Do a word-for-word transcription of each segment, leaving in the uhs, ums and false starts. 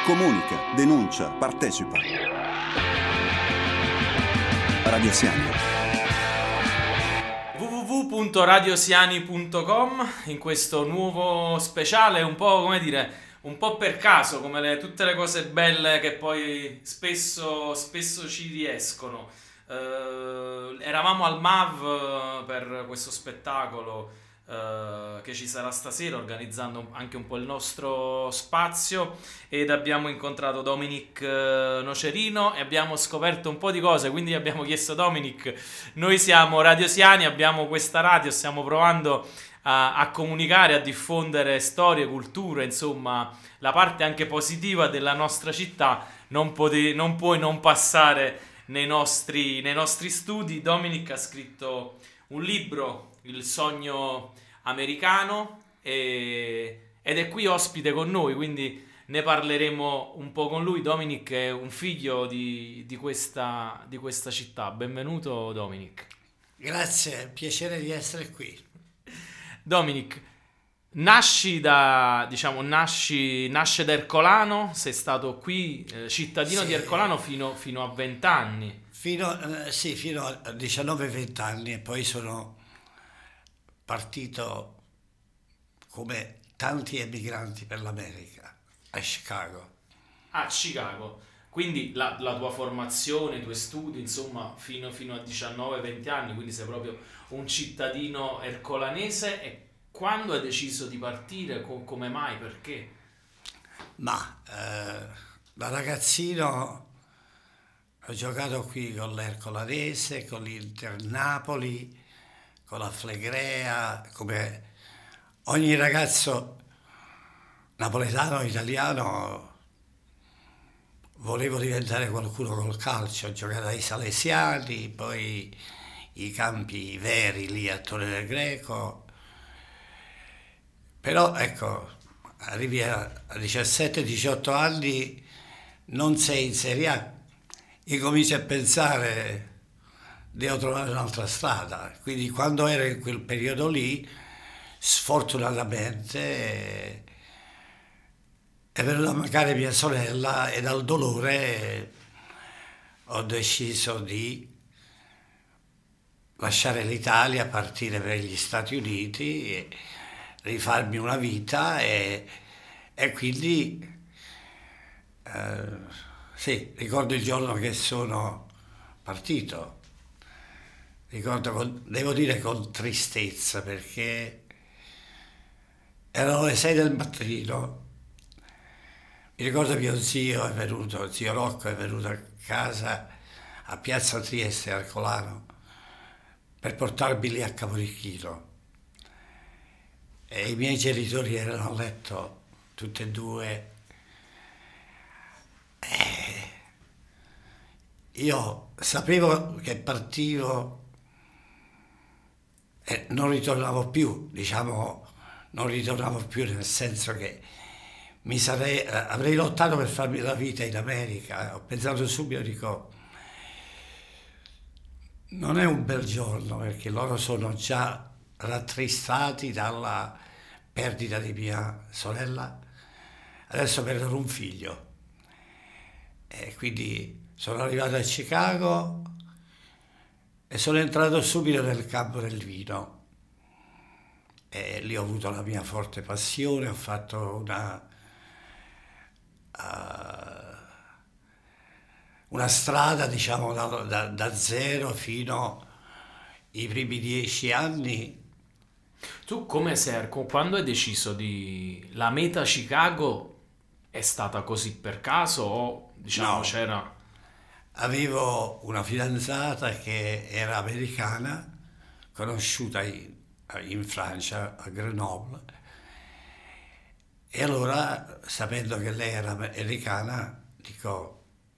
Comunica, denuncia, partecipa. Radio Siani. w w w punto radiosiani punto com. In questo nuovo speciale, un po' come dire, un po' per caso, come le, tutte le cose belle che poi spesso, spesso ci riescono. Uh, eravamo al M A V per questo spettacolo uh, che ci sarà stasera, organizzando anche un po' il nostro spazio, ed abbiamo incontrato Dominic Nocerino e abbiamo scoperto un po' di cose. Quindi abbiamo chiesto: Dominic, noi siamo radiosiani, abbiamo questa radio, stiamo provando a, a comunicare, a diffondere storie, culture, insomma la parte anche positiva della nostra città. Non, pote- non puoi non passare nei nostri, nei nostri studi. Dominic ha scritto un libro, Il sogno americano, e, ed è qui ospite con noi, quindi ne parleremo un po' con lui. Dominic è un figlio di, di, questa, di questa città. Benvenuto, Dominic. Grazie, piacere di essere qui. Dominic, nasci da, diciamo, nasci, nasce da Ercolano, sei stato qui eh, cittadino Sì. di Ercolano fino, fino a venti anni. Fino, eh, sì, fino a diciannove venti anni, e poi sono partito come tanti emigranti per l'America, a Chicago. A Chicago. Quindi la, la tua formazione, i tuoi studi, insomma, fino, fino a diciannove venti anni, quindi sei proprio un cittadino ercolanese. E quando hai deciso di partire? Co- come mai? Perché? Ma eh, da ragazzino ho giocato qui con l'Ercolanese, con l'Inter Napoli, con la Flegrea, come ogni ragazzo napoletano italiano. Volevo diventare qualcuno col calcio, ho giocato ai Salesiani, poi i campi veri lì a Torre del Greco. Però ecco, arrivi a diciassette diciotto anni, non sei in Serie A, e cominci a pensare devo trovare un'altra strada. Quindi quando ero in quel periodo lì, sfortunatamente è venuta a mancare mia sorella, e dal dolore ho deciso di lasciare l'Italia, partire per gli Stati Uniti e rifarmi una vita, e, e quindi eh, sì, ricordo il giorno che sono partito, ricordo con, devo dire con tristezza, perché erano le sei del mattino. Mi ricordo mio zio è venuto, zio Rocco è venuto a casa a Piazza Trieste, a Ercolano, per portarmi lì a Capodichino. E i miei genitori erano a letto, tutti e due. E io sapevo che partivo e non ritornavo più, diciamo, non ritornavo più nel senso che mi sarei, avrei lottato per farmi la vita in America. Ho pensato subito, dico, non è un bel giorno, perché loro sono già rattristati dalla perdita di mia sorella, adesso perdono un figlio. E quindi sono arrivato a Chicago e sono entrato subito nel campo del vino, e lì ho avuto la mia forte passione. Ho fatto una uh, una strada, diciamo, da, da, da zero fino ai primi dieci anni. Tu come sei, quando hai deciso di la meta Chicago, è stata così per caso o diciamo No. c'era? Avevo una fidanzata che era americana, conosciuta in, in Francia, a Grenoble, e allora, sapendo che lei era americana, dico,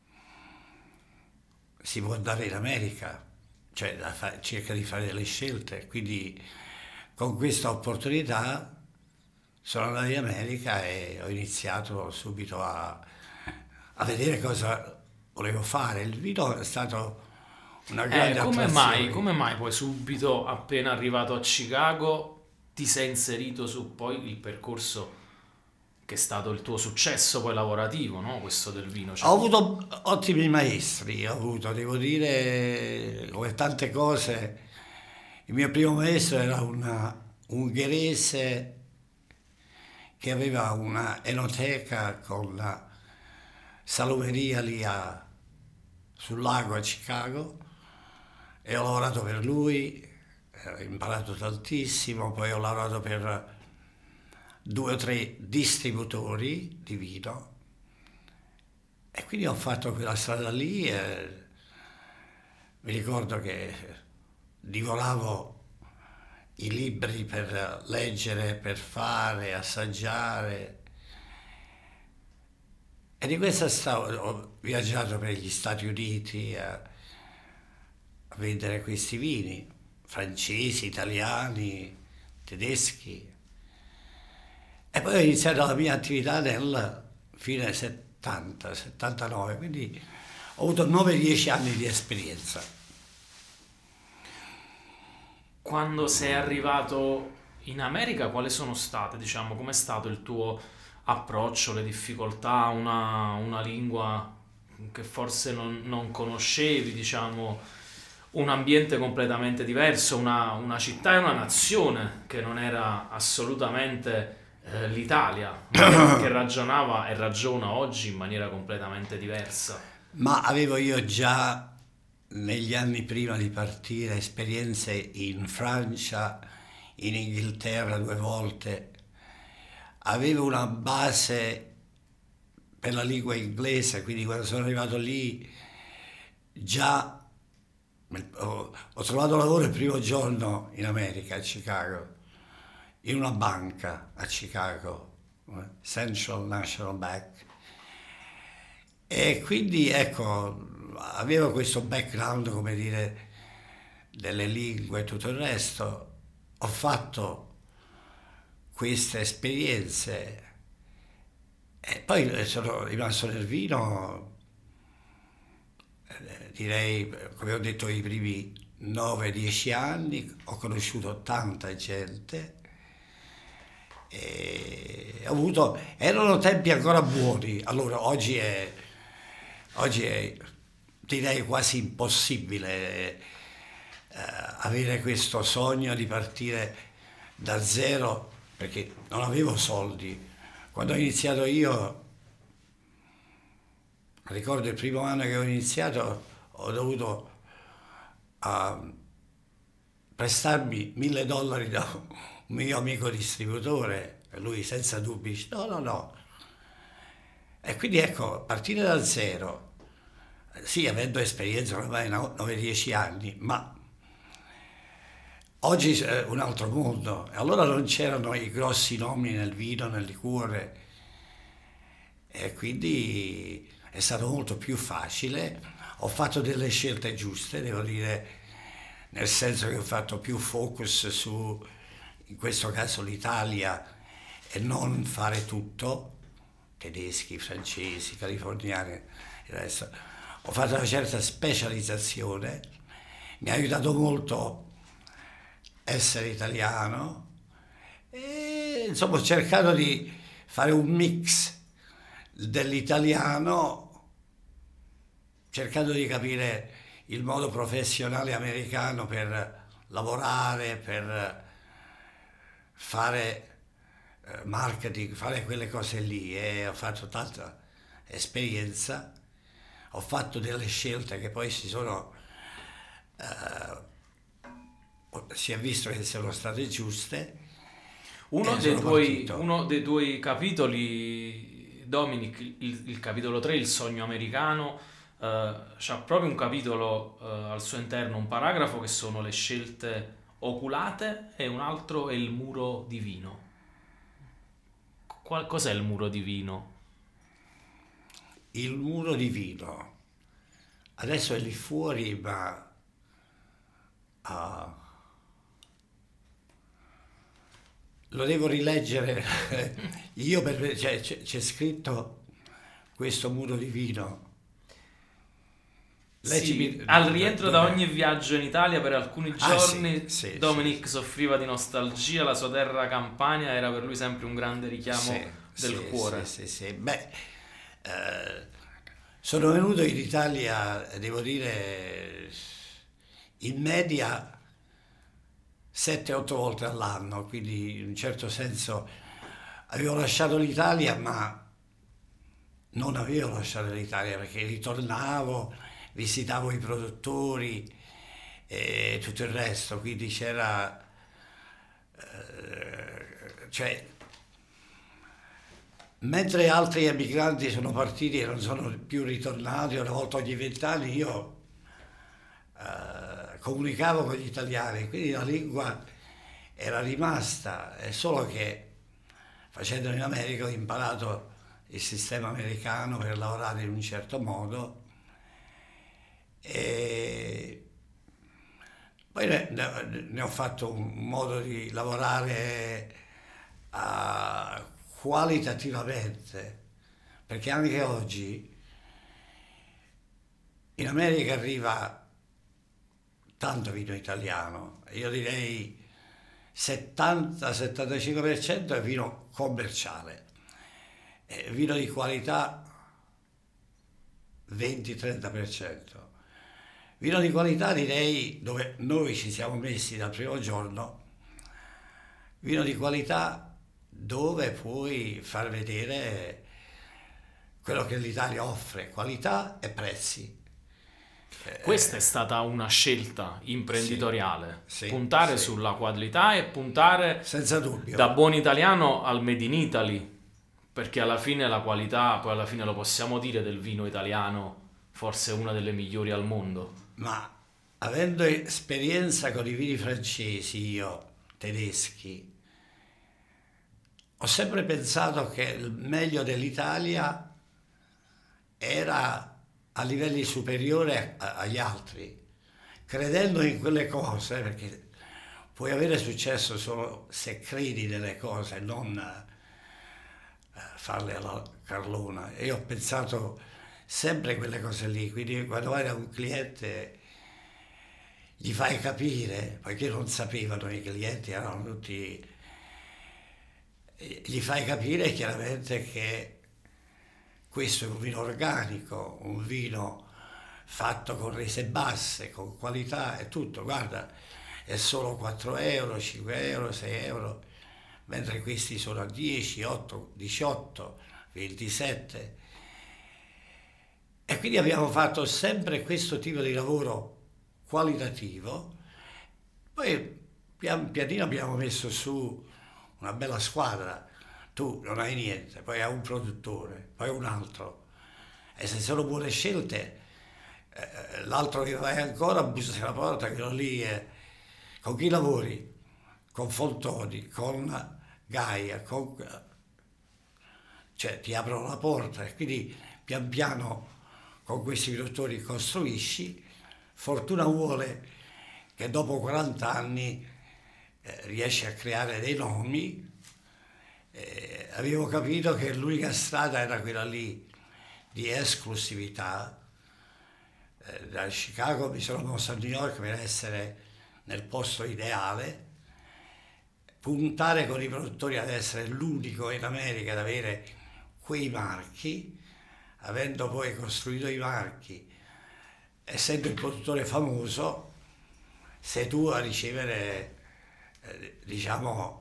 si può andare in America, cioè da fa- cerca di fare delle scelte. Quindi con questa opportunità sono andato in America e ho iniziato subito a, a vedere cosa volevo fare. Il vino è stato una grande Eh, come attrazione. mai, come mai poi subito, appena arrivato a Chicago, ti sei inserito su poi il percorso che è stato il tuo successo poi lavorativo, no? Questo del vino. Cioè... Ho avuto ottimi maestri, ho avuto, devo dire, come tante cose. Il mio primo maestro era un ungherese che aveva una enoteca con la salumeria lì a, sul lago a Chicago, e ho lavorato per lui, ho imparato tantissimo. Poi ho lavorato per due o tre distributori di vino, e quindi ho fatto quella strada lì. E mi ricordo che divoravo i libri per leggere, per fare, assaggiare, e di questa strada ho viaggiato per gli Stati Uniti a, a vendere questi vini francesi, italiani, tedeschi. E poi ho iniziato la mia attività nel fine settanta, settantanove, quindi ho avuto nove dieci anni di esperienza. Quando sei arrivato in America, quali sono state, diciamo, com'è stato il tuo approccio, le difficoltà, una, una lingua che forse non, non conoscevi, diciamo, un ambiente completamente diverso, una, una città e una nazione che non era assolutamente eh, l'Italia, che ragionava e ragiona oggi in maniera completamente diversa. Ma avevo io già negli anni prima di partire esperienze in Francia, in Inghilterra due volte. Avevo una base per la lingua inglese, quindi quando sono arrivato lì già ho, ho trovato lavoro il primo giorno in America, a Chicago, in una banca a Chicago, Central National Bank. E quindi ecco, avevo questo background, come dire, delle lingue e tutto il resto. Ho fatto queste esperienze e poi sono rimasto nel vino, eh, direi, come ho detto, i primi nove dieci anni. Ho conosciuto tanta gente e ho avuto, erano tempi ancora buoni. Allora oggi è, oggi è direi quasi impossibile eh, avere questo sogno di partire da zero, perché non avevo soldi. Quando ho iniziato io, ricordo il primo anno che ho iniziato, ho dovuto uh, prestarmi mille dollari da un mio amico distributore, e lui senza dubbi dice no, no, no. E quindi ecco, partire da zero, sì, avendo esperienza ormai nove dieci anni, ma oggi è un altro mondo. E allora non c'erano i grossi nomi nel vino, nel liquore, e quindi è stato molto più facile. Ho fatto delle scelte giuste, devo dire, nel senso che ho fatto più focus su, in questo caso, l'Italia, e non fare tutto, tedeschi, francesi, californiani, il resto. Ho fatto una certa specializzazione, mi ha aiutato molto essere italiano, e insomma ho cercato di fare un mix dell'italiano, cercando di capire il modo professionale americano per lavorare, per fare marketing, fare quelle cose lì, e ho fatto tanta esperienza. Ho fatto delle scelte che poi si sono eh, si è visto che sono state giuste. Uno dei, tuoi, uno dei tuoi capitoli, Dominic, il, il capitolo tre, il sogno americano, eh, c'ha proprio un capitolo eh, al suo interno, un paragrafo che sono le scelte oculate, e un altro è il muro divino. Qual, cos'è il muro divino? Il muro divino adesso è lì fuori, ma uh, lo devo rileggere. Io per, cioè, c'è, c'è scritto questo muro divino. Sì, al rientro da ogni viaggio in Italia per alcuni giorni, ah, sì, sì, Dominic sì, soffriva di nostalgia, la sua terra Campania era per lui sempre un grande richiamo sì, del sì, cuore. Sì, sì, sì. Beh, eh, sono venuto in Italia, devo dire, in media sette otto volte all'anno, quindi in un certo senso avevo lasciato l'Italia, ma non avevo lasciato l'Italia perché ritornavo, visitavo i produttori e tutto il resto, quindi c'era, eh, cioè, mentre altri emigranti sono partiti e non sono più ritornati, una volta ogni vent'anni io eh, comunicavo con gli italiani, quindi la lingua era rimasta, è solo che facendo in America ho imparato il sistema americano per lavorare in un certo modo e poi ne, ne ho fatto un modo di lavorare a, qualitativamente, perché anche oggi in America arriva tanto vino italiano, io direi settanta settantacinque per cento è vino commerciale, e vino di qualità venti trenta per cento. Vino di qualità direi dove noi ci siamo messi dal primo giorno, vino di qualità dove puoi far vedere quello che l'Italia offre, qualità e prezzi. Questa è stata una scelta imprenditoriale, sì, sì, puntare sì. sulla qualità e puntare Senza dubbio. Da buon italiano al made in Italy, perché alla fine la qualità, poi alla fine lo possiamo dire del vino italiano, forse è una delle migliori al mondo. Ma avendo esperienza con i vini francesi, io, tedeschi, ho sempre pensato che il meglio dell'Italia era a livelli superiori a- agli altri, credendo in quelle cose, perché puoi avere successo solo se credi nelle cose, non eh, farle alla carlona. E io ho pensato sempre quelle cose lì, quindi quando vai da un cliente gli fai capire, perché non sapevano i clienti, erano tutti, gli fai capire chiaramente che questo è un vino organico, un vino fatto con rese basse, con qualità e tutto, guarda, è solo quattro euro, cinque euro, sei euro, mentre questi sono a dieci, otto, diciotto, ventisette. E quindi abbiamo fatto sempre questo tipo di lavoro qualitativo, poi pian pianino abbiamo messo su una bella squadra. Tu non hai niente, poi hai un produttore, poi un altro, e se sono buone scelte eh, l'altro che vai ancora bussa alla porta, quello lì è... Con chi lavori? Con Foltoni, con Gaia, con... cioè ti aprono la porta e quindi pian piano con questi produttori costruisci. Fortuna vuole che dopo quaranta anni eh, riesci a creare dei nomi. Eh, avevo capito che l'unica strada era quella lì di esclusività. Eh, da Chicago mi sono mosso a New York per essere nel posto ideale, puntare con i produttori ad essere l'unico in America ad avere quei marchi, avendo poi costruito i marchi, essendo il produttore famoso, sei tu a ricevere, eh, diciamo,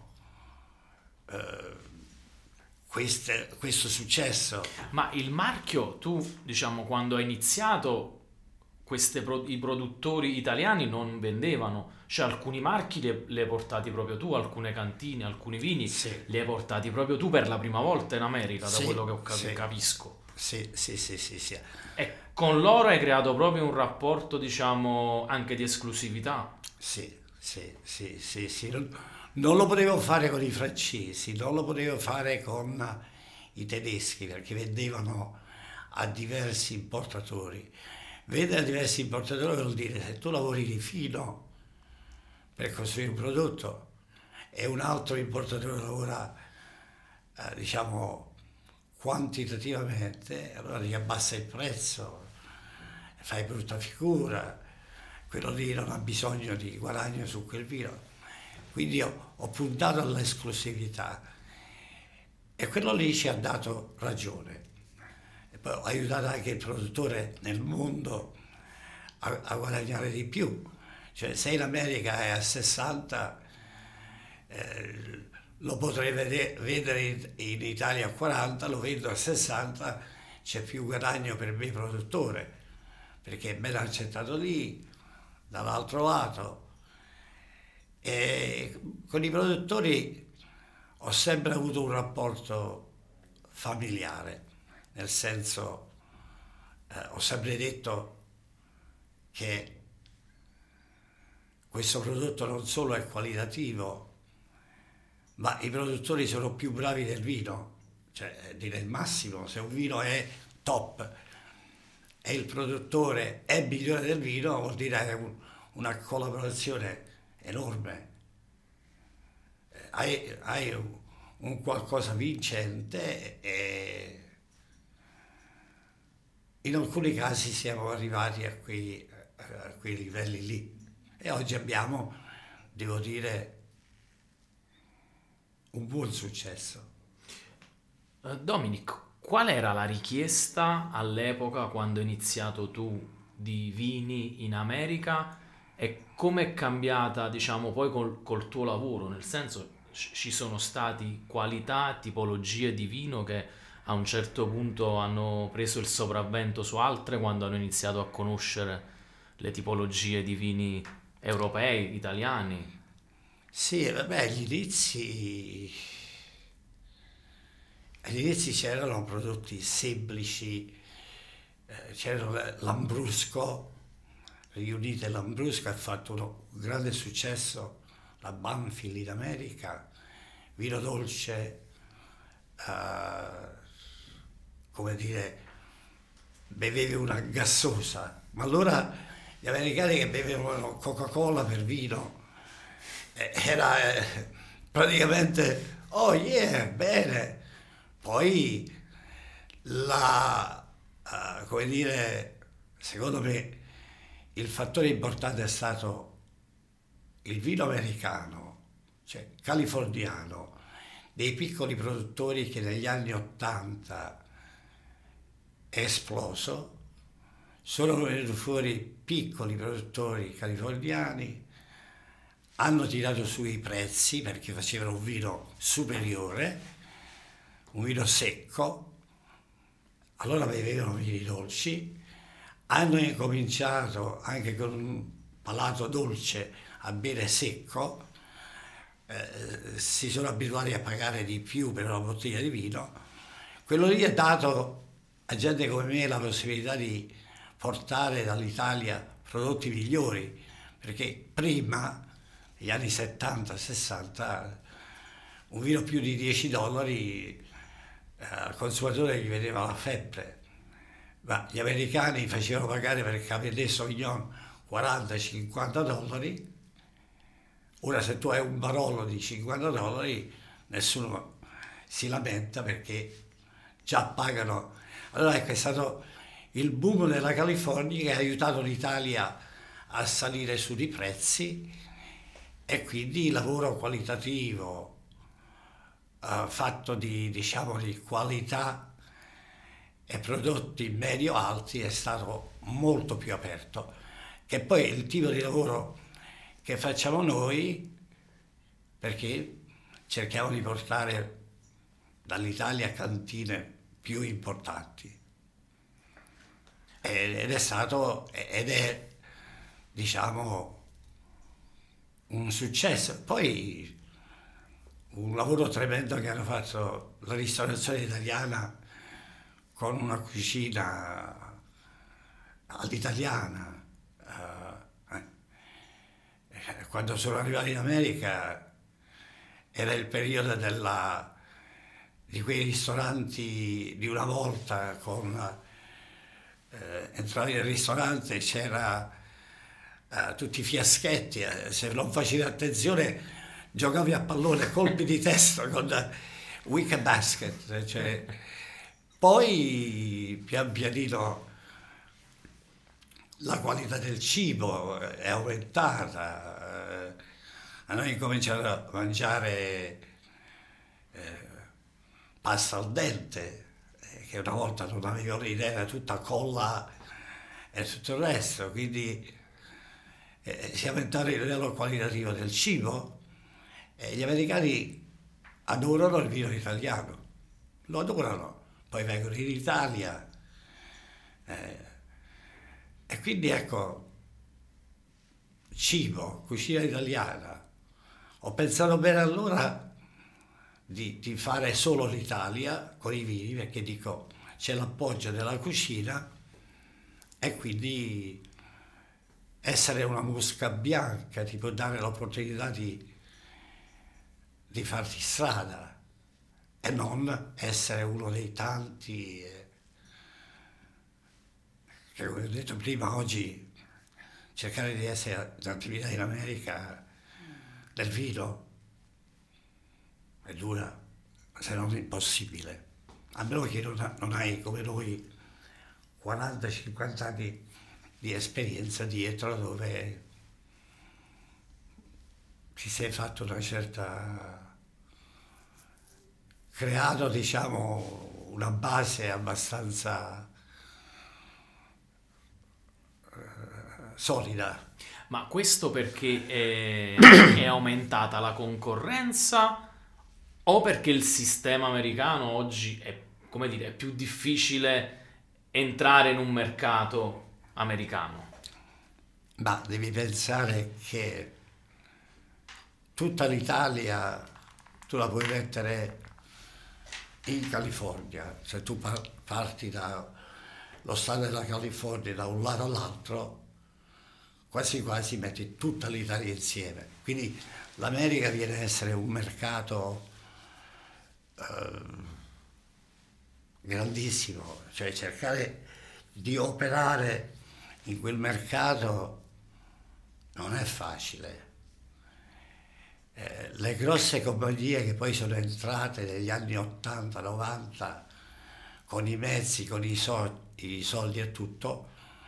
eh, queste, questo successo. Ma il marchio, tu, diciamo, quando hai iniziato, queste pro- i produttori italiani non vendevano, cioè alcuni marchi li, li hai portati proprio tu, alcune cantine, alcuni vini, Sì. li hai portati proprio tu per la prima volta in America, da Sì, quello che ho cap- sì. capisco. Sì, sì, sì, sì, sì. E con loro hai creato proprio un rapporto, diciamo, anche di esclusività. Sì, sì, sì, sì, sì. Non, non lo potevo fare con i francesi, non lo potevo fare con i tedeschi perché vendevano a diversi importatori. Vendere a diversi importatori vuol dire se tu lavori di fino per costruire un prodotto e un altro importatore lavora, eh, diciamo, quantitativamente, allora gli abbassa il prezzo, fai brutta figura, quello lì non ha bisogno di guadagno su quel vino. Quindi ho, ho puntato all'esclusività E quello lì ci ha dato ragione. E poi ha aiutato anche il produttore nel mondo a, a guadagnare di più. Cioè se in America è a sessanta, eh, lo potrei vede- vedere in, in Italia a quaranta, lo vedo a sessanta, c'è più guadagno per me produttore, perché è ben accettato lì, dall'altro lato. E con i produttori ho sempre avuto un rapporto familiare, nel senso, eh, ho sempre detto che questo prodotto non solo è qualitativo, ma i produttori sono più bravi del vino, cioè dire il massimo, se un vino è top e il produttore è migliore del vino, vuol dire che è un, una collaborazione enorme. Eh, Hai, hai un, un qualcosa vincente e in alcuni casi siamo arrivati a quei, a quei livelli lì e oggi abbiamo, devo dire, un buon successo. Eh, Dominic, qual era la richiesta all'epoca quando hai iniziato tu di vini in America e come è cambiata, diciamo, poi col, col tuo lavoro? Nel senso, ci ci sono stati qualità, tipologie di vino che a un certo punto hanno preso il sopravvento su altre quando hanno iniziato a conoscere le tipologie di vini europei, italiani. Sì, vabbè, agli inizi, agli inizi c'erano prodotti semplici, eh, c'era l'Ambrusco, riunite l'Ambrusco, ha fatto uno- un grande successo, la Banfield in America, vino dolce, eh, come dire, bevevi una gassosa, ma allora gli americani che bevevano Coca-Cola per vino, eh, era eh, praticamente, oh yeah, bene. Poi la, eh, come dire, secondo me il fattore importante è stato il vino americano, cioè californiano, dei piccoli produttori che negli anni ottanta è esploso, sono venuti fuori piccoli produttori californiani, hanno tirato su i prezzi perché facevano un vino superiore, un vino secco, allora bevevano vini dolci, hanno incominciato anche con un palato dolce a bere secco, eh, si sono abituati a pagare di più per una bottiglia di vino. Quello lì ha dato a gente come me la possibilità di portare dall'Italia prodotti migliori, perché prima, negli anni settanta sessanta, un vino più di dieci dollari eh, al consumatore gli vedeva la febbre, ma gli americani facevano pagare per Cabernet Sauvignon quaranta cinquanta dollari. Ora se tu hai un barolo di cinquanta dollari nessuno si lamenta perché già pagano. Allora ecco, è stato il boom della California che ha aiutato l'Italia a salire su di prezzi e quindi il lavoro qualitativo eh, fatto di, diciamo, di qualità e prodotti medio-alti è stato molto più aperto, che poi è il tipo di lavoro che facciamo noi, perché cerchiamo di portare dall'Italia cantine più importanti. Ed è stato, ed è, diciamo, un successo. Poi un lavoro tremendo che hanno fatto la ristorazione italiana con una cucina all'italiana. Eh, eh, Quando sono arrivato in America era il periodo della, di quei ristoranti di una volta con eh, entravi nel ristorante c'era eh, tutti i fiaschetti, eh, se non facevi attenzione giocavi a pallone, colpi di testa con wicker basket, cioè, poi pian pianino la qualità del cibo è aumentata, eh, noi incominciamo a mangiare eh, pasta al dente, eh, che una volta non avevo l'idea, era tutta colla e tutto il resto, quindi eh, siamo entrati nel livello qualitativo del cibo e gli americani adorano il vino italiano, lo adorano, poi vengono in Italia eh, e quindi ecco, cibo, cucina italiana. Ho pensato bene allora di, di fare solo l'Italia con i vini, perché dico c'è l'appoggio della cucina e quindi essere una mosca bianca ti può dare l'opportunità di, di farti strada e non essere uno dei tanti eh, che, come ho detto prima, oggi cercare di essere un'attività in America del vino è dura, se non impossibile, a meno che non, ha, non hai come noi quaranta cinquanta anni di esperienza dietro dove ti sei fatto una certa, creato diciamo una base abbastanza eh, solida. Ma questo perché è, è aumentata la concorrenza o perché il sistema americano oggi è, come dire, è più difficile entrare in un mercato americano? Ma devi pensare che tutta l'Italia tu la puoi mettere in California, se tu par- parti dallo stato della California da un lato all'altro, quasi quasi metti tutta l'Italia insieme. Quindi l'America viene a essere un mercato eh, grandissimo, cioè cercare di operare in quel mercato non è facile. Eh, le grosse compagnie che poi sono entrate negli anni ottanta novanta con i mezzi, con i, so- i soldi e tutto,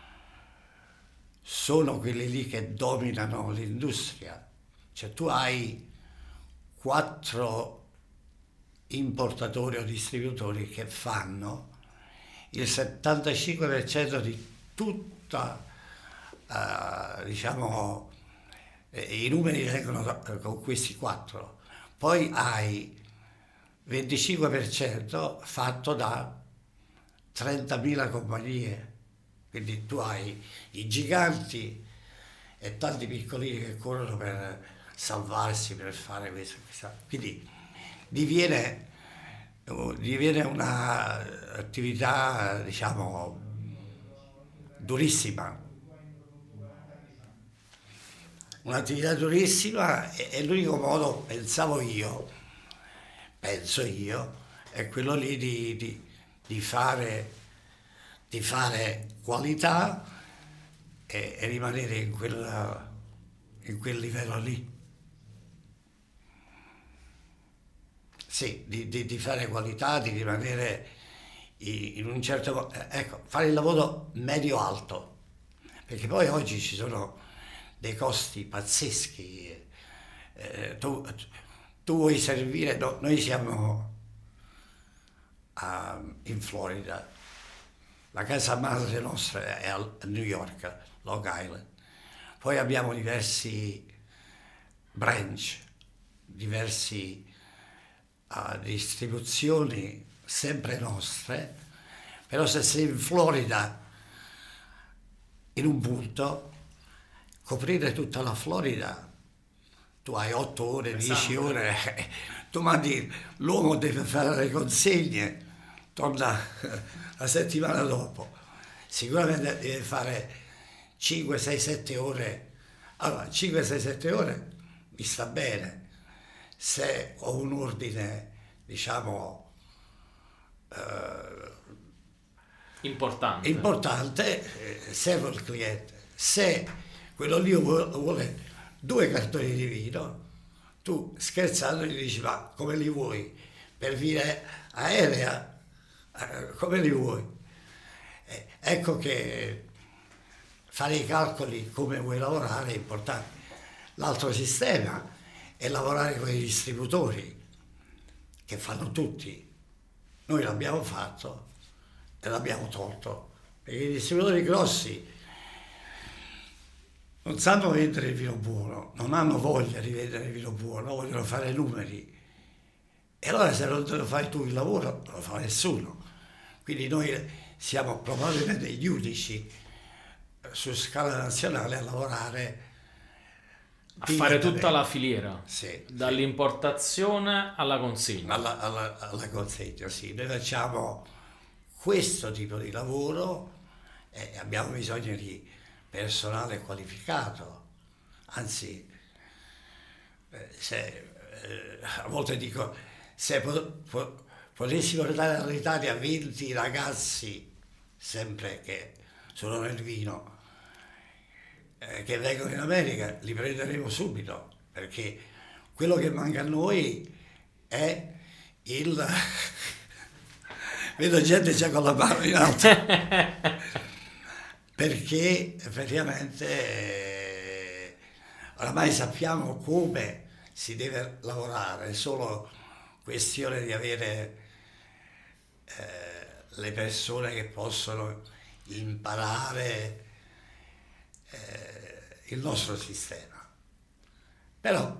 sono quelli lì che dominano l'industria. Cioè tu hai quattro importatori o distributori che fanno il settantacinque per cento di tutta, uh, diciamo, eh, i numeri vengono con questi quattro. Poi hai venticinque per cento fatto da trentamila compagnie. Quindi tu hai i giganti e tanti piccolini che corrono per salvarsi, per fare questo. questo. Quindi diviene, diviene un'attività, diciamo, durissima. Un'attività durissima e, e l'unico modo, pensavo io, penso io, è quello lì di, di, di fare... di fare qualità e, e rimanere in quel, in quel livello lì. Sì, di, di, di fare qualità, di rimanere in, in un certo modo, ecco, fare il lavoro medio-alto, perché poi oggi ci sono dei costi pazzeschi. Eh, tu, tu vuoi servire, no, noi siamo a, in Florida. La casa madre nostra è a New York, Long Island. Poi abbiamo diversi branch, diversi uh, distribuzioni sempre nostre, però se sei in Florida in un punto, coprire tutta la Florida, tu hai otto ore, dieci ore, tu mandi, l'uomo deve fare le consegne, torna la settimana dopo, sicuramente deve fare cinque, sei, sette ore. Allora, cinque, sei, sette ore mi sta bene. Se ho un ordine, diciamo, eh, importante, importante eh, servo il cliente. Se quello lì vuole, vuole due cartoni di vino, tu scherzando gli dici: ma come li vuoi? Per via aerea? Come li vuoi? Eh, ecco che fare i calcoli come vuoi lavorare è importante. L'altro sistema è lavorare con i distributori che fanno tutti, noi l'abbiamo fatto e l'abbiamo tolto, perché i distributori grossi non sanno vendere il vino buono, non hanno voglia di vendere il vino buono, vogliono fare numeri. E allora se non te lo fai tu il lavoro, non lo fa nessuno. Quindi noi siamo probabilmente gli unici su scala nazionale a lavorare, a fare tutta la filiera, sì, dall'importazione alla consegna. Alla, alla, alla consegna, sì. Noi facciamo questo tipo di lavoro e abbiamo bisogno di personale qualificato. Anzi, se, eh, a volte dico, se po- po- potessimo dare all'Italia venti ragazzi, sempre che sono nel vino, eh, che vengono in America, li prenderemo subito, perché quello che manca a noi è il... Vedo gente già con la mano in alto. Perché effettivamente eh, oramai sappiamo come si deve lavorare, è solo questione di avere eh, le persone che possono imparare eh, il nostro sistema. Però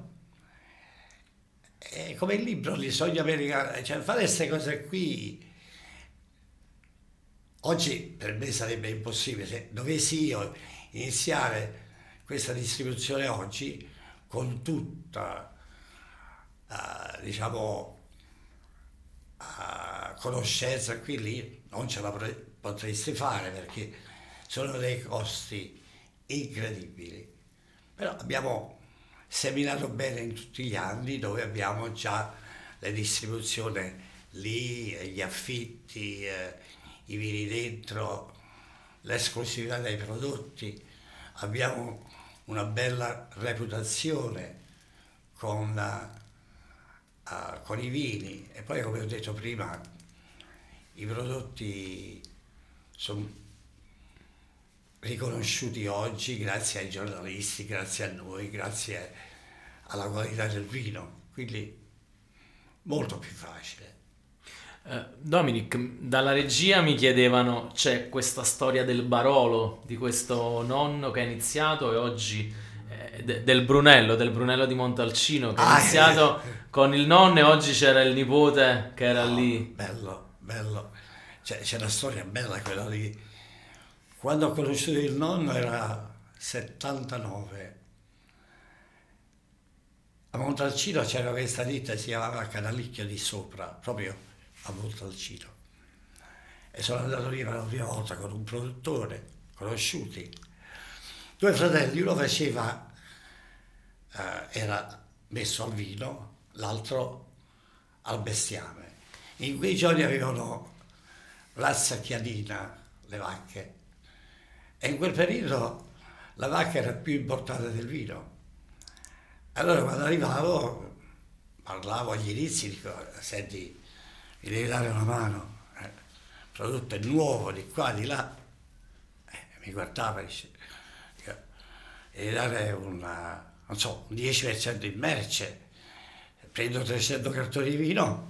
è come il libro Il sogno americano, cioè fare queste cose qui oggi per me sarebbe impossibile. Se dovessi io iniziare questa distribuzione oggi con tutta uh, diciamo uh, conoscenza qui lì, non ce la potresti fare, perché sono dei costi incredibili. Però abbiamo seminato bene in tutti gli anni, dove abbiamo già le distribuzioni lì, gli affitti, eh, i vini dentro, l'esclusività dei prodotti. Abbiamo una bella reputazione con, uh, con i vini, e poi, come ho detto prima, i prodotti sono riconosciuti oggi grazie ai giornalisti, grazie a noi, grazie alla qualità del vino, quindi molto più facile. Uh, Dominic, dalla regia mi chiedevano, c'è questa storia del Barolo, di questo nonno che ha iniziato e oggi eh, de- del Brunello, del Brunello di Montalcino, che ha ah, iniziato eh. con il nonno e oggi c'era il nipote che era no, lì. Bello, bello. C'è, c'è una storia bella quella lì. Quando ho conosciuto il nonno era settantanove. A Montalcino c'era questa ditta che si chiamava Canalicchio di Sopra, proprio a Montalcino, e sono andato lì per la prima volta con un produttore, conosciuti, due fratelli, uno faceva, eh, era messo al vino, l'altro al bestiame. In quei giorni avevano razza chianina le vacche, e in quel periodo la vacca era più importante del vino. Allora quando arrivavo, parlavo agli inizi, dico, senti, mi devi dare una mano, eh, il prodotto è nuovo, di qua, di là. Eh, mi guardava e dice, mi devi dare una, non so, un dieci per cento in merce, prendo trecento cartoni di vino,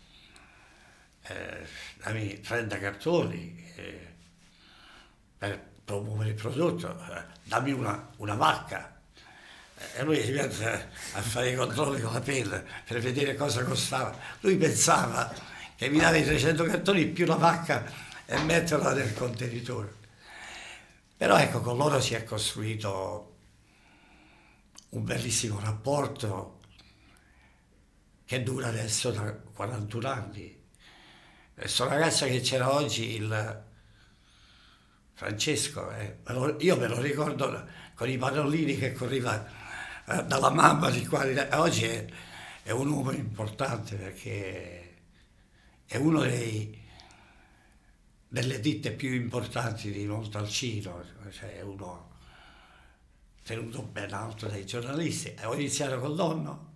eh, dammi trenta cartoni eh, per promuovere il prodotto, eh, dammi una, una vacca. E lui si mette a fare i controlli con la pelle per vedere cosa costava. Lui pensava che mi dava i trecento cartoni più la vacca e metterla nel contenitore. Però ecco, con loro si è costruito un bellissimo rapporto che dura adesso da quarantuno anni. Questo ragazzo che c'era oggi, il Francesco, eh, io me lo ricordo con i pannolini che correva dalla mamma di qua, di là. Oggi è, è un uomo importante, perché è uno dei, delle ditte più importanti di Montalcino, cioè è uno tenuto ben alto dai giornalisti. Ho iniziato col nonno,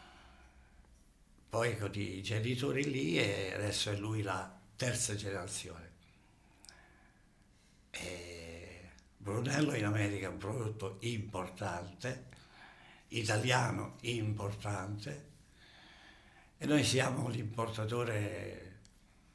poi con i genitori lì, e adesso è lui la terza generazione. E Brunello in America è un prodotto importante, italiano importante, e noi siamo l'importatore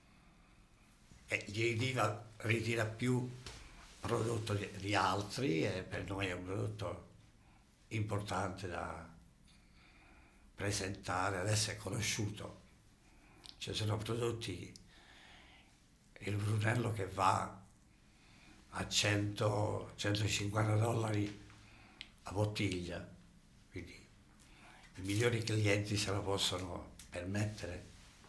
e gli ritira, ritira più prodotto di, di altri, e per noi è un prodotto importante da presentare, adesso è conosciuto. Ci sono prodotti, il Brunello che va a cento centocinquanta dollari a bottiglia, quindi i migliori clienti se lo possono permettere.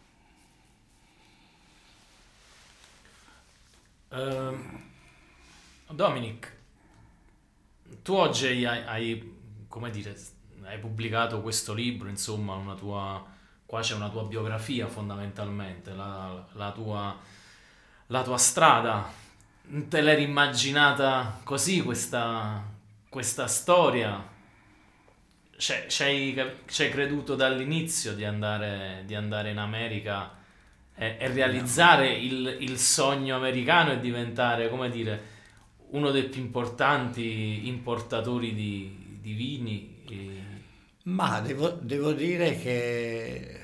Uh, Dominic, tu oggi hai, hai, come dire, hai pubblicato questo libro, insomma, una tua, qua c'è una tua biografia fondamentalmente, la, la, tua, la tua strada. Te l'eri immaginata così questa, questa storia? C'è, c'hai, c'hai creduto dall'inizio di andare, di andare in America e, e realizzare il, il sogno americano e diventare, come dire, uno dei più importanti importatori di, di vini? E... Ma devo, devo dire che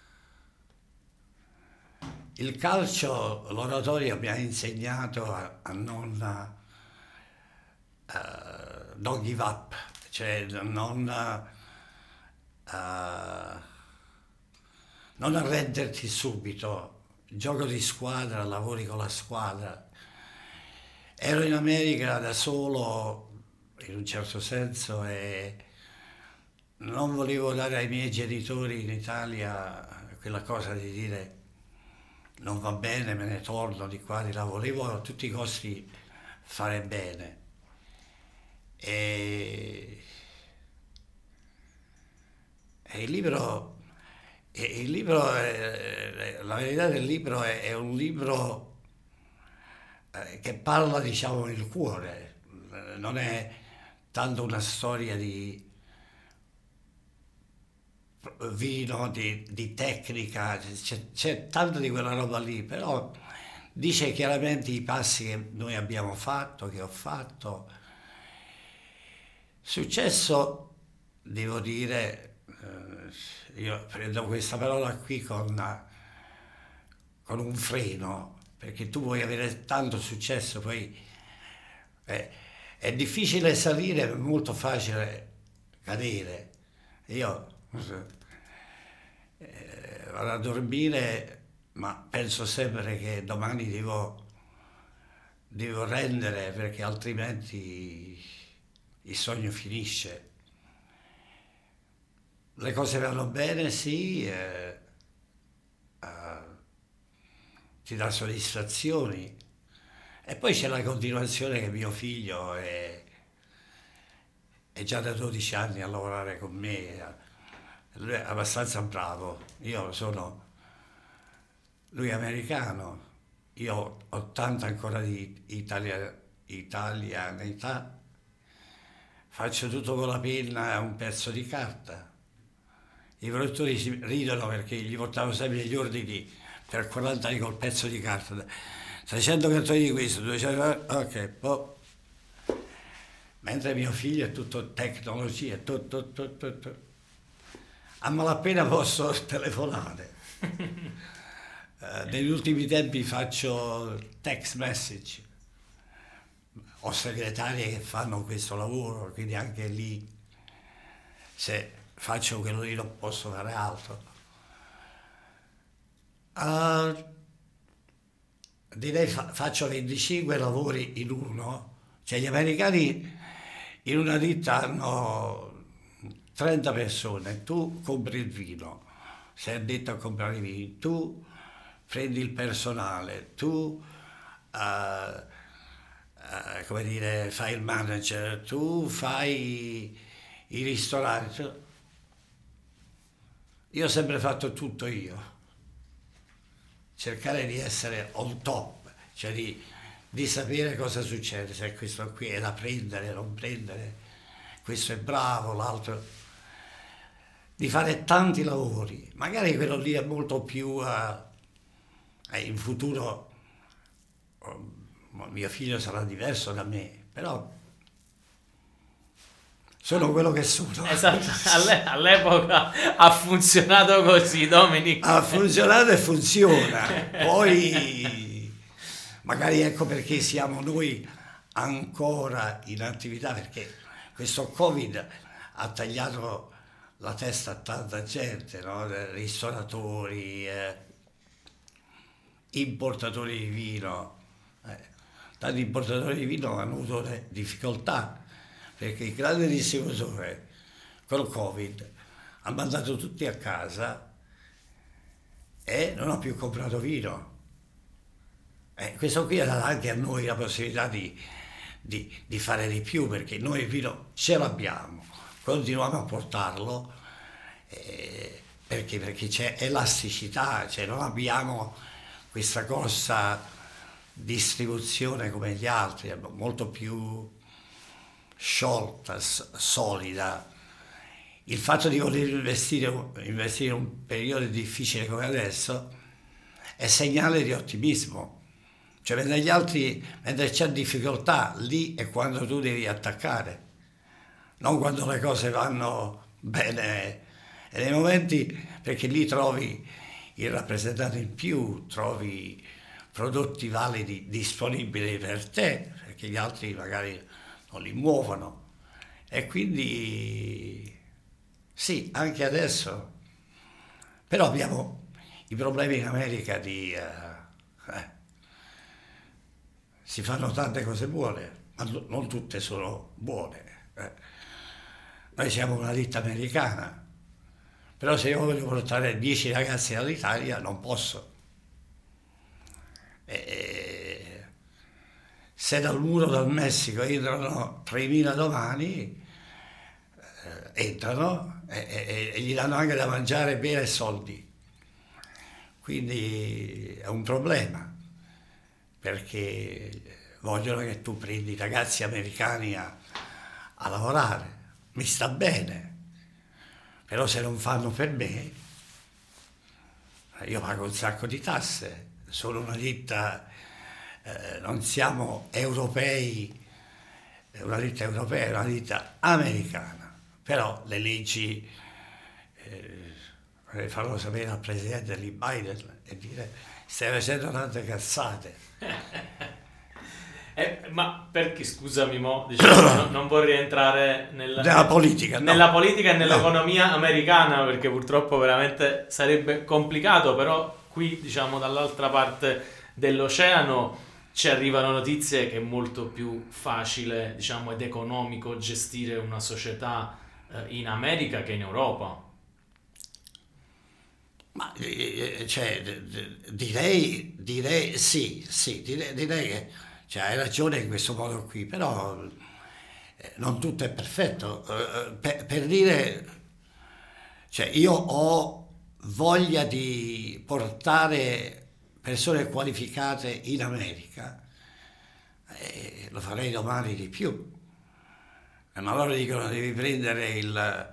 il calcio, l'oratorio mi ha insegnato a, a non, uh, non give up, cioè non, uh, non arrenderti subito. Gioco di squadra, lavori con la squadra. Ero in America da solo, in un certo senso, e non volevo dare ai miei genitori in Italia quella cosa di dire non va bene, me ne torno di qua, di là. Volevo a tutti i costi fare bene. E, e il libro, e il libro è, la verità del libro è, è un libro che parla, diciamo, il cuore, non è tanto una storia di vino, di, di tecnica, c'è, c'è tanto di quella roba lì, però dice chiaramente i passi che noi abbiamo fatto, che ho fatto. Successo, devo dire, eh, io prendo questa parola qui con, con un freno, perché tu vuoi avere tanto successo, poi eh, è difficile salire, è molto facile cadere. Io eh, vado a dormire, ma penso sempre che domani devo, devo rendere, perché altrimenti il sogno finisce. Le cose vanno bene, sì, eh, eh, ti dà soddisfazioni, e poi c'è la continuazione che mio figlio è, è già da dodici anni a lavorare con me, lui è abbastanza bravo. Io sono, lui è americano, io ho ottanta ancora di Italia, italianità, faccio tutto con la penna e un pezzo di carta. I produttori si ridono perché gli portavo sempre gli ordini per quaranta anni col pezzo di carta, trecento cartoni di questo, duecento, ok, poi. Mentre mio figlio è tutto tecnologia, tutto, tutto, tutto. A malapena posso telefonare. uh, negli ultimi tempi faccio text message, ho segretarie che fanno questo lavoro, quindi anche lì, se faccio quello lì non posso fare altro. Uh, direi fa- faccio venticinque lavori in uno, cioè gli americani in una ditta hanno trenta persone, tu compri il vino, sei addetto a comprare i vini, tu prendi il personale, tu uh, uh, come dire, fai il manager, tu fai i ristoranti. Io ho sempre fatto tutto io, cercare di essere on top, cioè di, di sapere cosa succede, se questo qui è da prendere, non prendere, questo è bravo, l'altro, di fare tanti lavori. Magari quello lì è molto più, uh, in futuro uh, mio figlio sarà diverso da me, però sono quello che sono. Esatto, all'epoca ha funzionato così, Dominic. Ha funzionato e funziona. Poi magari ecco perché siamo noi ancora in attività, perché questo Covid ha tagliato la testa a tanta gente, no? Ristoratori, eh, importatori di vino. Eh, tanti importatori di vino hanno avuto le difficoltà, perché il grande distributore col Covid ha mandato tutti a casa e non ha più comprato vino. Eh, questo qui ha dato anche a noi la possibilità di, di, di fare di più, perché noi il vino ce l'abbiamo, continuiamo a portarlo, eh, perché, perché c'è elasticità, cioè non abbiamo questa corsa distribuzione come gli altri, è molto più sciolta, solida. Il fatto di voler investire, investire in un periodo difficile come adesso è segnale di ottimismo. Cioè, mentre gli altri, mentre c'è difficoltà, lì è quando tu devi attaccare, non quando le cose vanno bene. E nei momenti, perché lì trovi il rappresentante in più, trovi prodotti validi disponibili per te, perché gli altri magari non li muovono. E quindi sì, anche adesso, però abbiamo i problemi in America di eh, eh, si fanno tante cose buone, ma non tutte sono buone. Eh. Noi siamo una ditta americana, però se io voglio portare dieci ragazzi dall'Italia non posso. E se dal muro dal Messico entrano tremila domani, eh, entrano e, e, e gli danno anche da mangiare, bere e soldi. Quindi è un problema, perché vogliono che tu prendi i ragazzi americani a, a lavorare. Mi sta bene, però se non fanno per me, io pago un sacco di tasse, sono una ditta, eh, non siamo europei, è una ditta europea, è una ditta americana, però le leggi, eh, vorrei farlo sapere al presidente Lee Biden e dire stai facendo tante cazzate. Eh, ma perché, scusami, mo, diciamo, non, non vorrei entrare nella, nella politica, nella no. politica e nell'economia no. americana, perché purtroppo veramente sarebbe complicato, però qui, diciamo, dall'altra parte dell'oceano ci arrivano notizie che è molto più facile, diciamo, ed economico gestire una società eh, in America che in Europa. Ma cioè, direi, direi sì, sì, direi, direi che cioè, hai ragione in questo modo qui, però eh, non tutto è perfetto. Eh, per, per dire, cioè, io ho voglia di portare persone qualificate in America, eh, lo farei domani di più. Eh, ma loro dicono devi prendere il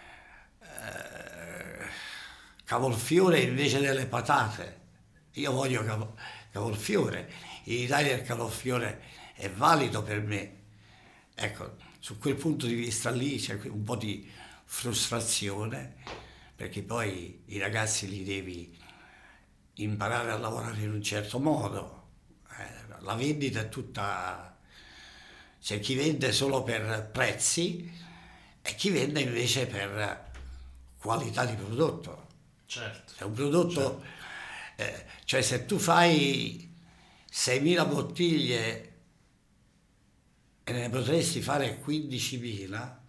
eh, cavolfiore invece delle patate. Io voglio cav- cavolfiore. In Italia il cavolfiore è valido per me. Ecco, su quel punto di vista lì c'è un po' di frustrazione, perché poi i ragazzi li devi imparare a lavorare in un certo modo. Eh, la vendita è tutta... c'è chi vende solo per prezzi e chi vende invece per qualità di prodotto. Certo. È un prodotto... Certo. Eh, cioè se tu fai seimila bottiglie e ne potresti fare quindicimila,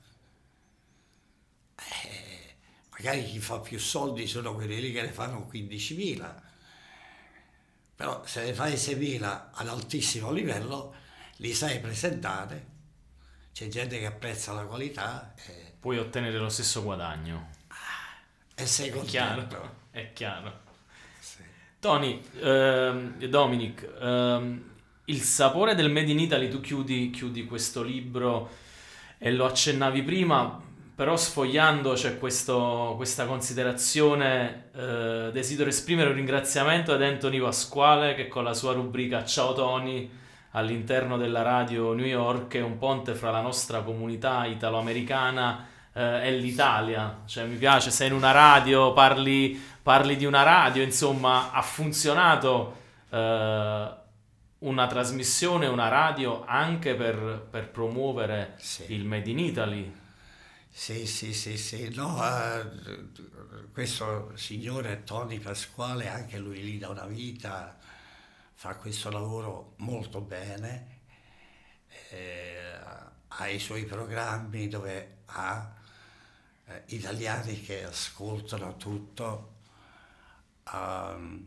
eh, magari chi fa più soldi sono quelli lì che ne fanno quindicimila, però se ne fai seimila ad altissimo livello li sai presentare, c'è gente che apprezza la qualità, eh, puoi ottenere lo stesso guadagno e sei è contento. chiaro, è chiaro. Sì. Tony, ehm, Dominic, ehm, il sapore del Made in Italy, tu chiudi, chiudi questo libro e lo accennavi prima, però sfogliando c'è questo, questa considerazione, eh, desidero esprimere un ringraziamento ad Anthony Pasquale che con la sua rubrica Ciao Tony all'interno della radio New York è un ponte fra la nostra comunità italo-americana eh, e l'Italia. Cioè mi piace, sei in una radio, parli... parli di una radio, insomma, ha funzionato eh, una trasmissione, una radio anche per, per promuovere Sì. il Made in Italy. Sì, sì, sì, sì. No, eh, questo signore Tony Pasquale, anche lui lì da una vita, fa questo lavoro molto bene, eh, ha i suoi programmi dove ha eh, italiani che ascoltano tutto. Um,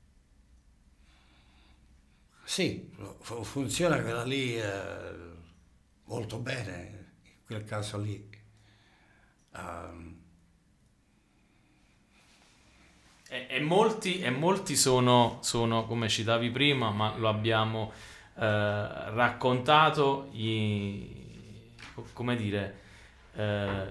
sì, fu- funziona quella lì eh, molto bene, in quel caso lì. Um, E, e molti, e molti sono, sono, come citavi prima, ma lo abbiamo eh, raccontato, gli, come dire, eh,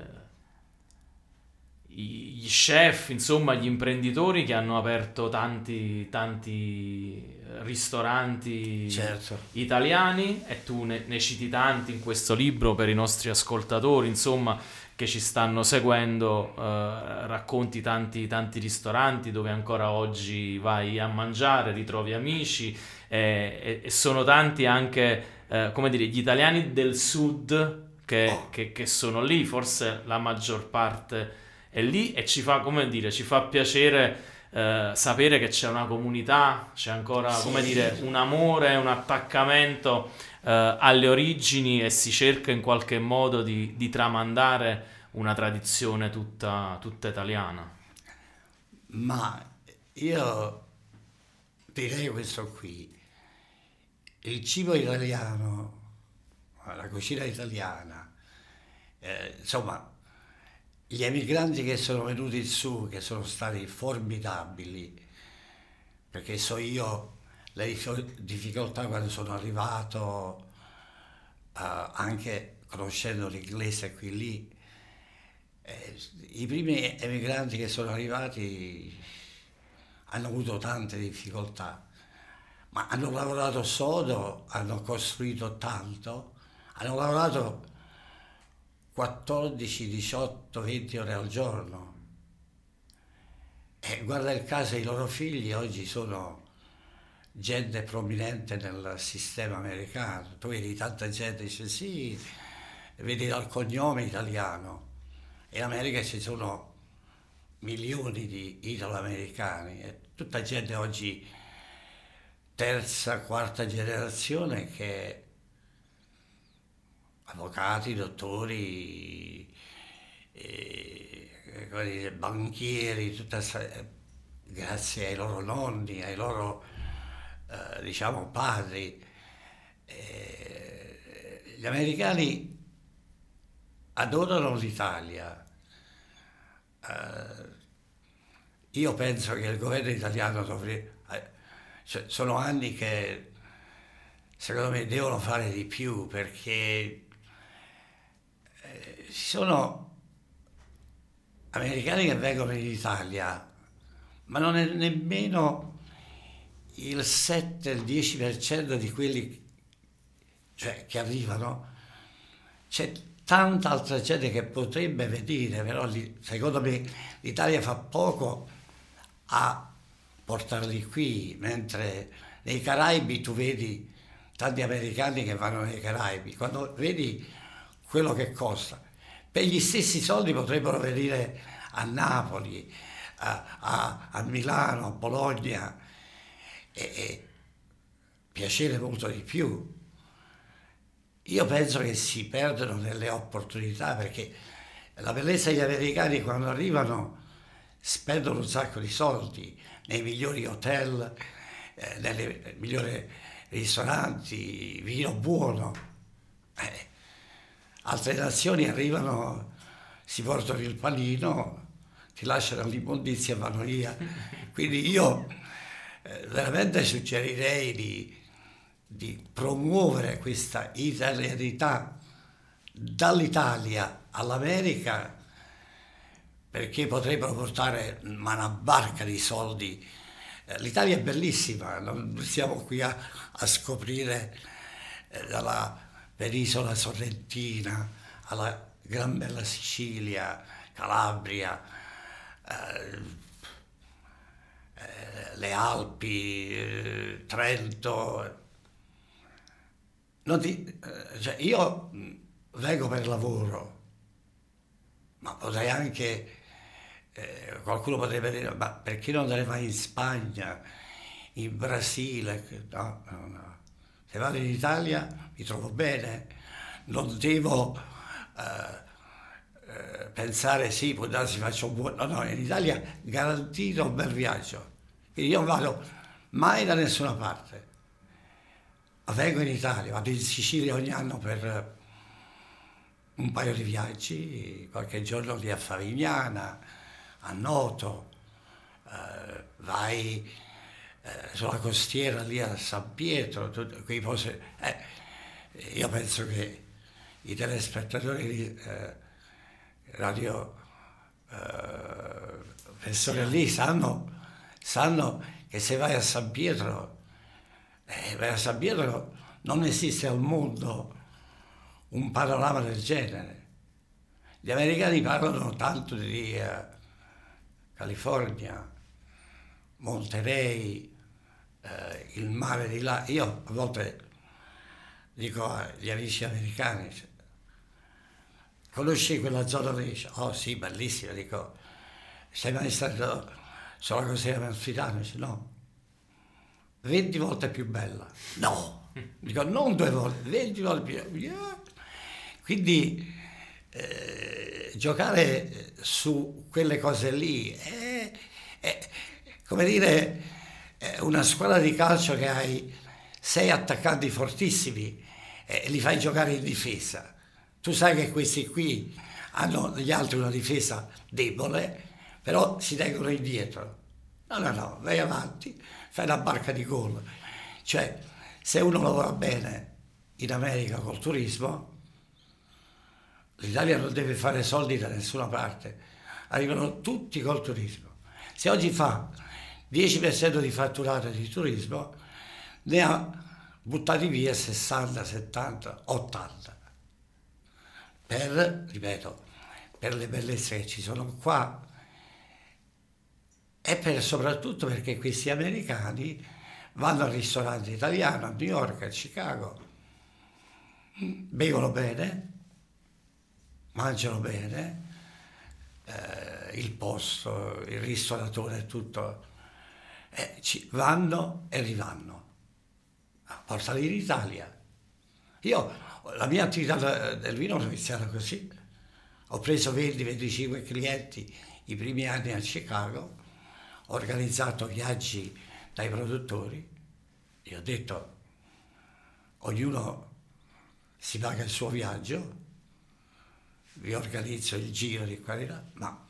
gli chef, insomma, gli imprenditori che hanno aperto tanti, tanti ristoranti certo. italiani, e tu ne, ne citi tanti in questo libro per i nostri ascoltatori, insomma, che ci stanno seguendo, eh, racconti tanti, tanti ristoranti dove ancora oggi vai a mangiare, ritrovi amici, eh, e, e sono tanti anche, eh, come dire, gli italiani del sud che, Oh. che, che sono lì, forse la maggior parte è lì, e ci fa, come dire, ci fa piacere eh, sapere che c'è una comunità, c'è ancora, Sì. come dire, un amore, un attaccamento eh, alle origini, e si cerca in qualche modo di, di tramandare una tradizione tutta, tutta italiana. Ma io direi questo qui, il cibo italiano, la cucina italiana, eh, insomma, gli emigranti che sono venuti su, che sono stati formidabili, perché so io le dif- difficoltà quando sono arrivato, eh, anche conoscendo l'inglese qui lì, eh, i primi emigranti che sono arrivati hanno avuto tante difficoltà, ma hanno lavorato sodo, hanno costruito tanto, hanno lavorato quattordici, diciotto, venti ore al giorno. E guarda il caso, i loro figli oggi sono gente prominente nel sistema americano. Tu vedi tanta gente dice sì, vedi dal cognome italiano. In America ci sono milioni di italo-americani, e tutta gente oggi terza, quarta generazione, che avvocati, dottori, eh, come dire, banchieri, tutta, grazie ai loro nonni, ai loro eh, diciamo padri. Eh, gli americani adorano l'Italia. Eh, io penso che il governo italiano dovrebbe, eh, cioè, sono anni che secondo me devono fare di più, perché eh, ci sono americani che vengono in Italia, ma non è nemmeno il sette, il dieci per cento di quelli, cioè, che arrivano. C'è tanta altra gente che potrebbe venire, però li, secondo me l'Italia fa poco a portarli qui, mentre nei Caraibi tu vedi tanti americani che vanno nei Caraibi, quando vedi quello che costa, per gli stessi soldi potrebbero venire a Napoli, a, a, a Milano, a Bologna, e, e piacere molto di più. Io penso che si perdono delle opportunità, perché la bellezza degli americani, quando arrivano, spendono un sacco di soldi nei migliori hotel, eh, nei migliori ristoranti, vino buono. Eh, altre nazioni arrivano, si portano il panino, ti lasciano l'immondizia e vanno via. Quindi io eh, veramente suggerirei di di promuovere questa italianità dall'Italia all'America, perché potrebbero portare una barca di soldi. L'Italia è bellissima, non siamo qui a, a scoprire eh, dalla penisola sorrentina alla gran bella Sicilia, Calabria, eh, eh, le Alpi, eh, Trento. non ti, eh, cioè io vengo per lavoro, ma potrei anche, eh, qualcuno potrebbe dire, ma perché non te ne vai in Spagna, in Brasile? No, no, no. Se vado in Italia mi trovo bene, non devo eh, eh, pensare sì, può darsi faccio un buon... No, no, in Italia garantito un bel viaggio. Quindi io non vado mai da nessuna parte. Vengo in Italia, vado in Sicilia ogni anno per un paio di viaggi, qualche giorno lì a Favignana, a Noto, eh, vai eh, sulla costiera lì a San Pietro, tutti quei posti. Eh, io penso che i telespettatori di eh, radio eh, lì sanno, sanno che se vai a San Pietro, eh, vai a San Pietro non esiste al mondo un panorama del genere. Gli americani parlano tanto di uh, California, Monterey, uh, il mare di là. Io a volte dico agli amici americani, conosci quella zona lì? Oh sì, bellissima. Dico, sei mai stato sulla costiera amalfitana? Dice, no. venti volte più bella. No. Dico, non due volte, venti volte più bella. Quindi eh, giocare su quelle cose lì è, è come dire è una squadra di calcio che hai sei attaccanti fortissimi e li fai giocare in difesa. Tu sai che questi qui hanno gli altri una difesa debole, però si tengono indietro. No, no, no, vai avanti, fai una barca di gol. Cioè, se uno lavora bene in America col turismo, l'Italia non deve fare soldi da nessuna parte, arrivano tutti col turismo. Se oggi fa dieci per cento di fatturato di turismo, ne ha buttati via sessanta, settanta, ottanta. Per, ripeto, per le bellezze che ci sono qua e per, soprattutto perché questi americani vanno al ristorante italiano a New York, a Chicago, bevono bene, mangiano bene, eh, il posto, il ristoratore, tutto, eh, ci vanno e rivanno. Portali in Italia. Io, la mia attività del vino l'ho iniziata così. Ho preso venti venticinque clienti i primi anni a Chicago, ho organizzato viaggi dai produttori, e ho detto, ognuno si paga il suo viaggio, vi organizzo il giro di qua e di là, ma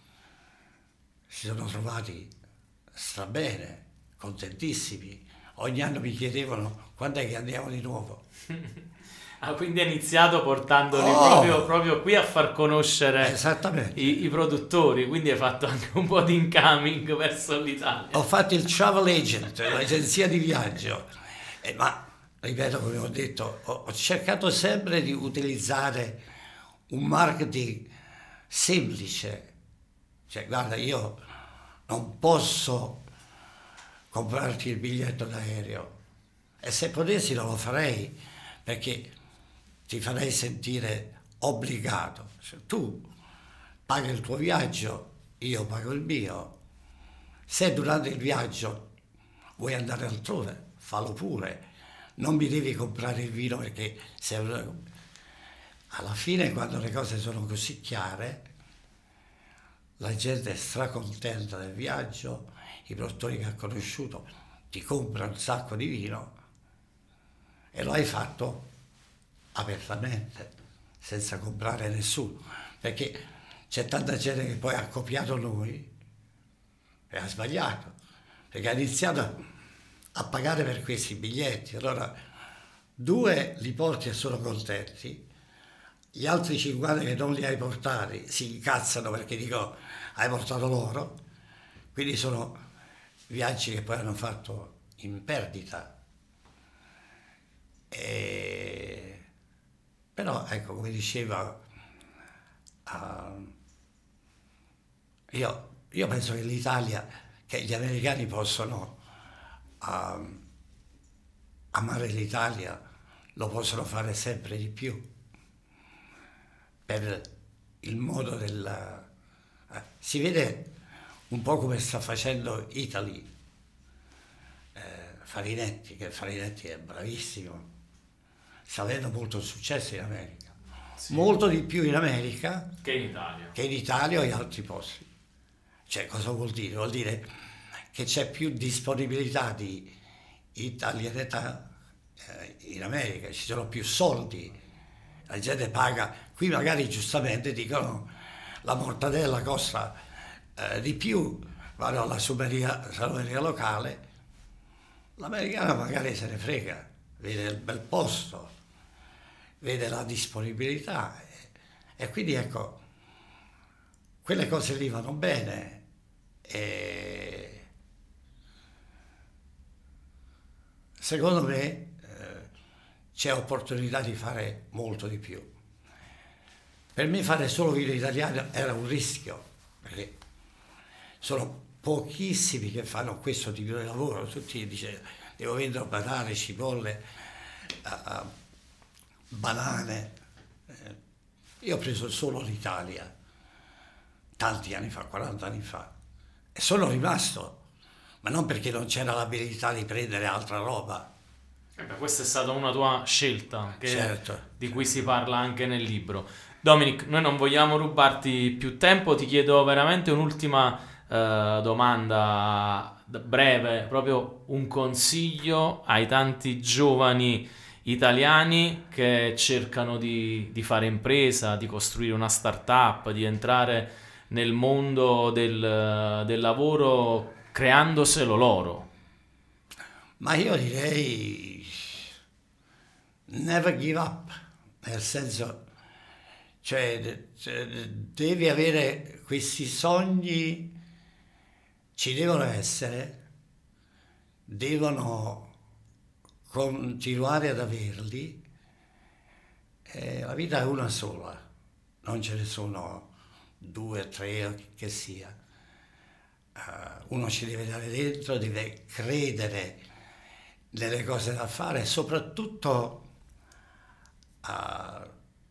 si sono trovati strabene, contentissimi. Ogni anno mi chiedevano quando è che andiamo di nuovo. Ah, quindi ha iniziato portandoli oh, proprio, proprio qui a far conoscere i, i produttori, quindi hai fatto anche un po' di incoming verso l'Italia. Ho fatto il travel agent, l'agenzia di viaggio, eh, ma ripeto, come ho detto, ho, ho cercato sempre di utilizzare un marketing semplice. Cioè, guarda, io non posso comprarti il biglietto d'aereo e se potessi non lo farei, perché ti farei sentire obbligato. Cioè, tu paghi il tuo viaggio, io pago il mio. Se durante il viaggio vuoi andare altrove, fallo pure. Non mi devi comprare il vino perché se... Alla fine, quando le cose sono così chiare, la gente è stracontenta del viaggio, i produttori che ha conosciuto ti comprano un sacco di vino e lo hai fatto apertamente, senza comprare nessuno, perché c'è tanta gente che poi ha copiato noi e ha sbagliato, perché ha iniziato a pagare per questi biglietti. Allora due li porti e sono contenti, gli altri cinquanta che non li hai portati si incazzano perché dico hai portato loro, quindi sono viaggi che poi hanno fatto in perdita. E... però ecco, come diceva uh, io, io penso che l'Italia, che gli americani possono uh, amare l'Italia lo possono fare sempre di più per il modo del... Eh, si vede un po' come sta facendo Italy, eh, Farinetti, che Farinetti è bravissimo, sta avendo molto successo in America, sì. Molto di più in America che in Italia, che in Italia o in altri posti. Cioè, cosa vuol dire? Vuol dire che c'è più disponibilità di italianità eh, in America, ci sono più soldi, la gente paga. Qui magari giustamente dicono la mortadella costa eh, di più, vanno alla suberia, salumeria locale, l'americano magari se ne frega, vede il bel posto, vede la disponibilità e, e quindi ecco, quelle cose lì vanno bene. E secondo me eh, c'è opportunità di fare molto di più. Per me fare solo vino italiano era un rischio, perché sono pochissimi che fanno questo tipo di lavoro, tutti dicono devo vendere banane, cipolle, uh, banane. Eh, io ho preso solo l'Italia, tanti anni fa, quaranta anni fa, e sono rimasto, ma non perché non c'era l'abilità di prendere altra roba. Eh beh, questa è stata una tua scelta, che, certo, di cui si parla anche nel libro. Dominic, noi non vogliamo rubarti più tempo, ti chiedo veramente un'ultima eh, domanda breve, proprio un consiglio ai tanti giovani italiani che cercano di, di fare impresa, di costruire una startup, di entrare nel mondo del, del lavoro creandoselo loro. Ma io direi never give up, nel senso, cioè devi avere questi sogni, ci devono essere, devono continuare ad averli, eh, la vita è una sola, non ce ne sono due, tre, che sia. Uh, uno ci deve dare dentro, deve credere nelle cose da fare e soprattutto uh,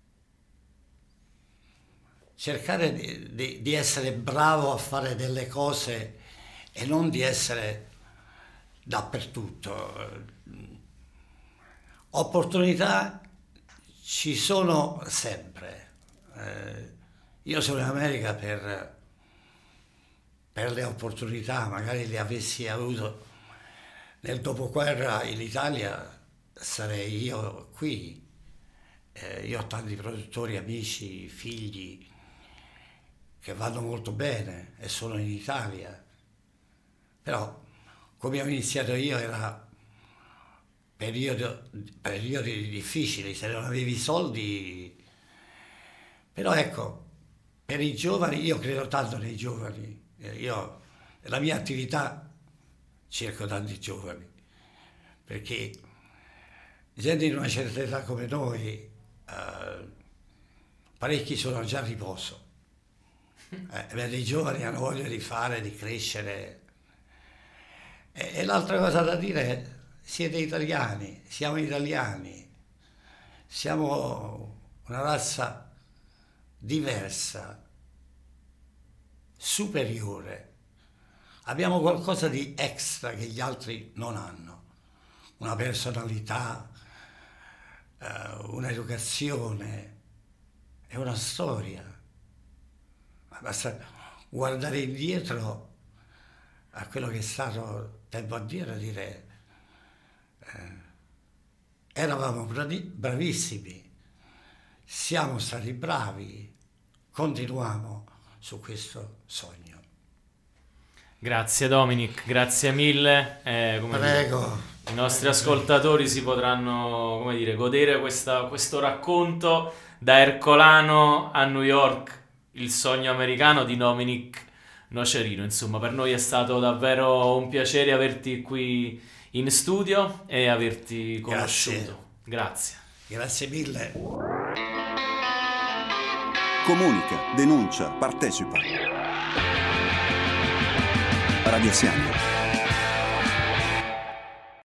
cercare di, di, di essere bravo a fare delle cose e non di essere dappertutto. Opportunità ci sono sempre. Eh, io sono in America per, per le opportunità, magari le avessi avuto nel dopoguerra in Italia, sarei io qui. Eh, io ho tanti produttori, amici, figli che vanno molto bene e sono in Italia. Però come ho iniziato io era periodo, periodi difficili, se non avevi soldi. Però ecco, per i giovani, io credo tanto nei giovani, io nella mia attività cerco tanti giovani, perché gente di una certa età come noi, eh, parecchi sono già a riposo, eh, i giovani hanno voglia di fare, di crescere. E, e l'altra cosa da dire è, siete italiani, siamo italiani, siamo una razza diversa, superiore, abbiamo qualcosa di extra che gli altri non hanno, una personalità, eh, un'educazione e una storia. Basta guardare indietro a quello che è stato tempo addietro e dire eh, eravamo bravi, bravissimi, siamo stati bravi, continuiamo su questo sogno. Grazie Dominic, grazie mille. Eh, come Prego. Dire, i nostri ascoltatori si potranno, come dire, godere questa, questo racconto da Ercolano a New York, il sogno americano di Dominic Nocerino. Insomma, per noi è stato davvero un piacere averti qui in studio e averti conosciuto. Grazie. Grazie, Grazie mille. Comunica, denuncia, partecipa. Radio Siani.